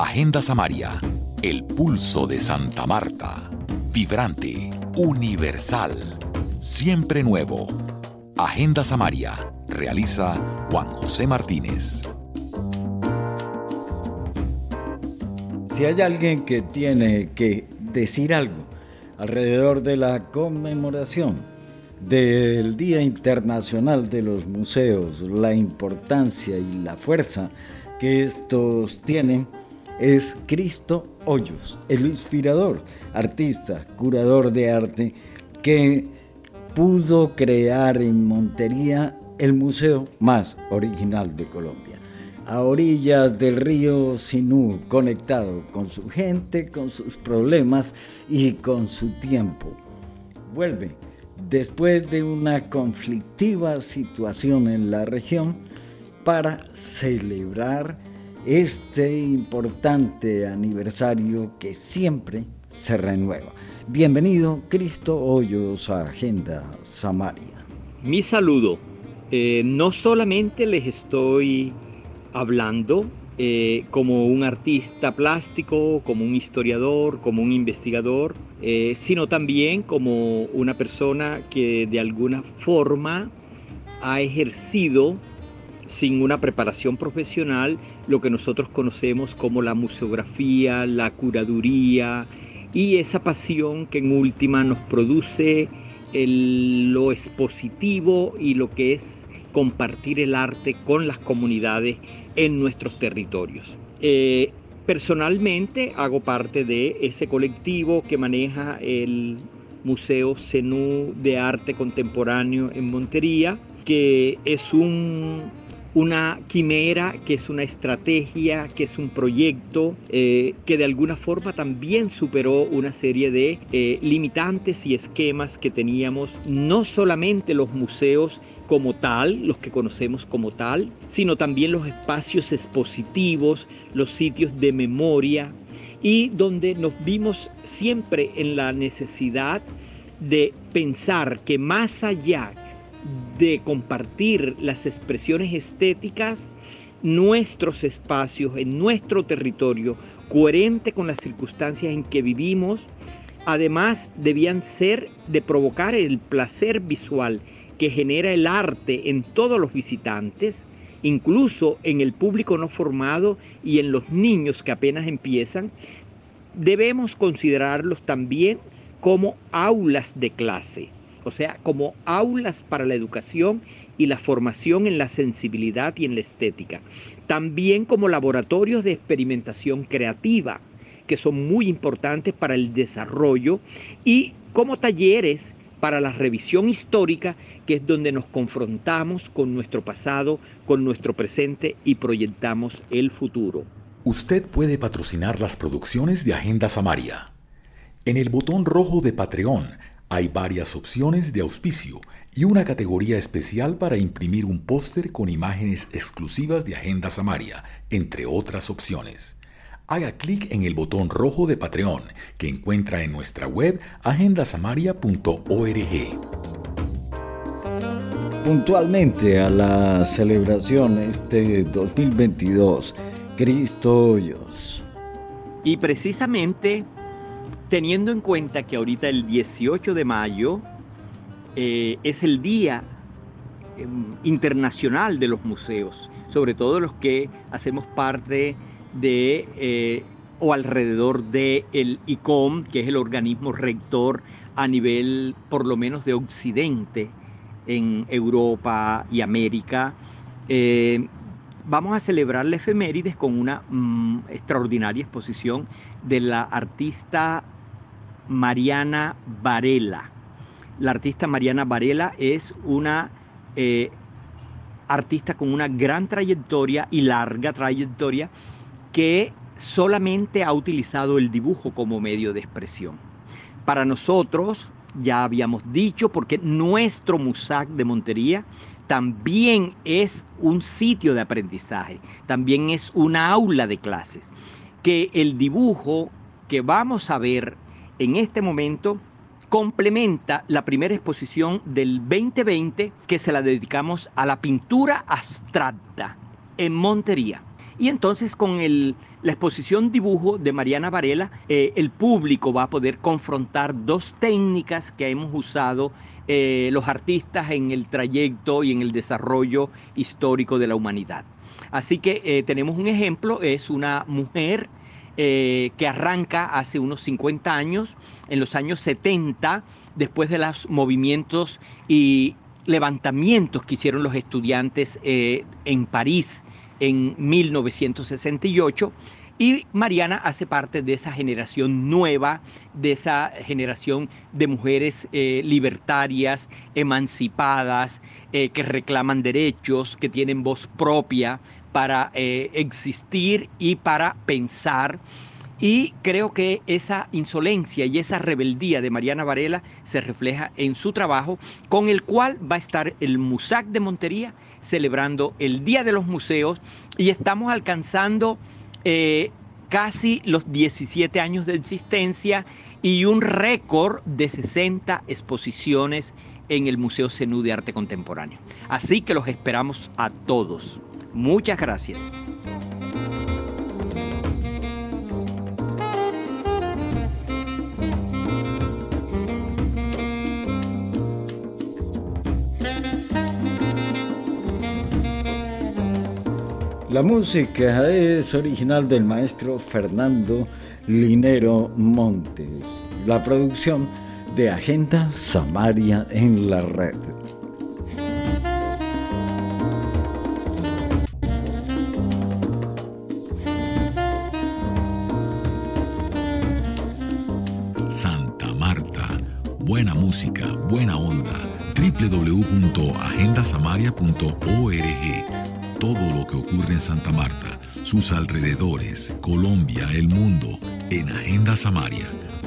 Agenda Samaria, el pulso de Santa Marta. Vibrante, universal, siempre nuevo. Agenda Samaria, realiza Juan José Martínez. Si hay alguien que tiene que decir algo alrededor de la conmemoración del Día Internacional de los Museos, la importancia y la fuerza que estos tienen, es Cristo Hoyos, el inspirador, artista, curador de arte, que pudo crear en Montería el museo más original de Colombia. A orillas del río Sinú, conectado con su gente, con sus problemas y con su tiempo. Vuelve, después de una conflictiva situación en la región, para celebrar este importante aniversario que siempre se renueva. Bienvenido, Cristo Hoyos, a Agenda Samaria. Mi saludo. No solamente les estoy hablando como un artista plástico, como un historiador, como un investigador, sino también como una persona que de alguna forma ha ejercido sin una preparación profesional lo que nosotros conocemos como la museografía, la curaduría y esa pasión que en última nos produce lo expositivo y lo que es compartir el arte con las comunidades en nuestros territorios. Personalmente hago parte de ese colectivo que maneja el Museo Zenú de Arte Contemporáneo en Montería, que es una quimera, que es una estrategia, que es un proyecto que de alguna forma también superó una serie de limitantes y esquemas que teníamos, no solamente los museos como tal, los que conocemos como tal, sino también los espacios expositivos, los sitios de memoria, y donde nos vimos siempre en la necesidad de pensar que más allá de compartir las expresiones estéticas, nuestros espacios en nuestro territorio, coherente con las circunstancias en que vivimos, además debían ser de provocar el placer visual que genera el arte en todos los visitantes, incluso en el público no formado y en los niños que apenas empiezan. Debemos considerarlos también como aulas de clase, o sea, como aulas para la educación y la formación en la sensibilidad y en la estética. También como laboratorios de experimentación creativa, que son muy importantes para el desarrollo, y como talleres para la revisión histórica, que es donde nos confrontamos con nuestro pasado, con nuestro presente y proyectamos el futuro. Usted puede patrocinar las producciones de Agenda Samaria. En el botón rojo de Patreon hay varias opciones de auspicio y una categoría especial para imprimir un póster con imágenes exclusivas de Agenda Samaria, entre otras opciones. Haga clic en el botón rojo de Patreon que encuentra en nuestra web agendasamaria.org. Puntualmente a la celebración este 2022, Cristo Hoyos. Y precisamente teniendo en cuenta que ahorita el 18 de mayo es el Día Internacional de los Museos, sobre todo los que hacemos parte de o alrededor del ICOM, que es el organismo rector a nivel por lo menos de Occidente en Europa y América. Vamos a celebrar la efemérides con una extraordinaria exposición de la artista Mariana Varela. La artista Mariana Varela es una artista con una gran trayectoria y larga trayectoria, que solamente ha utilizado el dibujo como medio de expresión. Para nosotros, ya habíamos dicho, porque nuestro MUSAC de Montería también es un sitio de aprendizaje, también es una aula de clases, que el dibujo que vamos a ver en este momento complementa la primera exposición del 2020, que se la dedicamos a la pintura abstracta en Montería. Y entonces con la exposición dibujo de Mariana Varela, el público va a poder confrontar dos técnicas que hemos usado los artistas en el trayecto y en el desarrollo histórico de la humanidad. Así que tenemos un ejemplo, es una mujer que arranca hace unos 50 años, en los años 70, después de los movimientos y levantamientos que hicieron los estudiantes en París en 1968, y Mariana hace parte de esa generación nueva, de esa generación de mujeres libertarias, emancipadas, que reclaman derechos, que tienen voz propia para existir y para pensar. Y creo que esa insolencia y esa rebeldía de Mariana Varela se refleja en su trabajo, con el cual va a estar el MUSAC de Montería celebrando el Día de los Museos, y estamos alcanzando casi los 17 años de existencia y un récord de 60 exposiciones en el Museo Zenú de Arte Contemporáneo. Así que los esperamos a todos. Muchas gracias. La música es original del maestro Fernando Linero Montes. La producción de Agenda Samaria en la red. Santa Marta. Buena música, buena onda. www.agendasamaria.org. Todo lo que ocurre en Santa Marta, sus alrededores, Colombia, el mundo, en Agenda Samaria.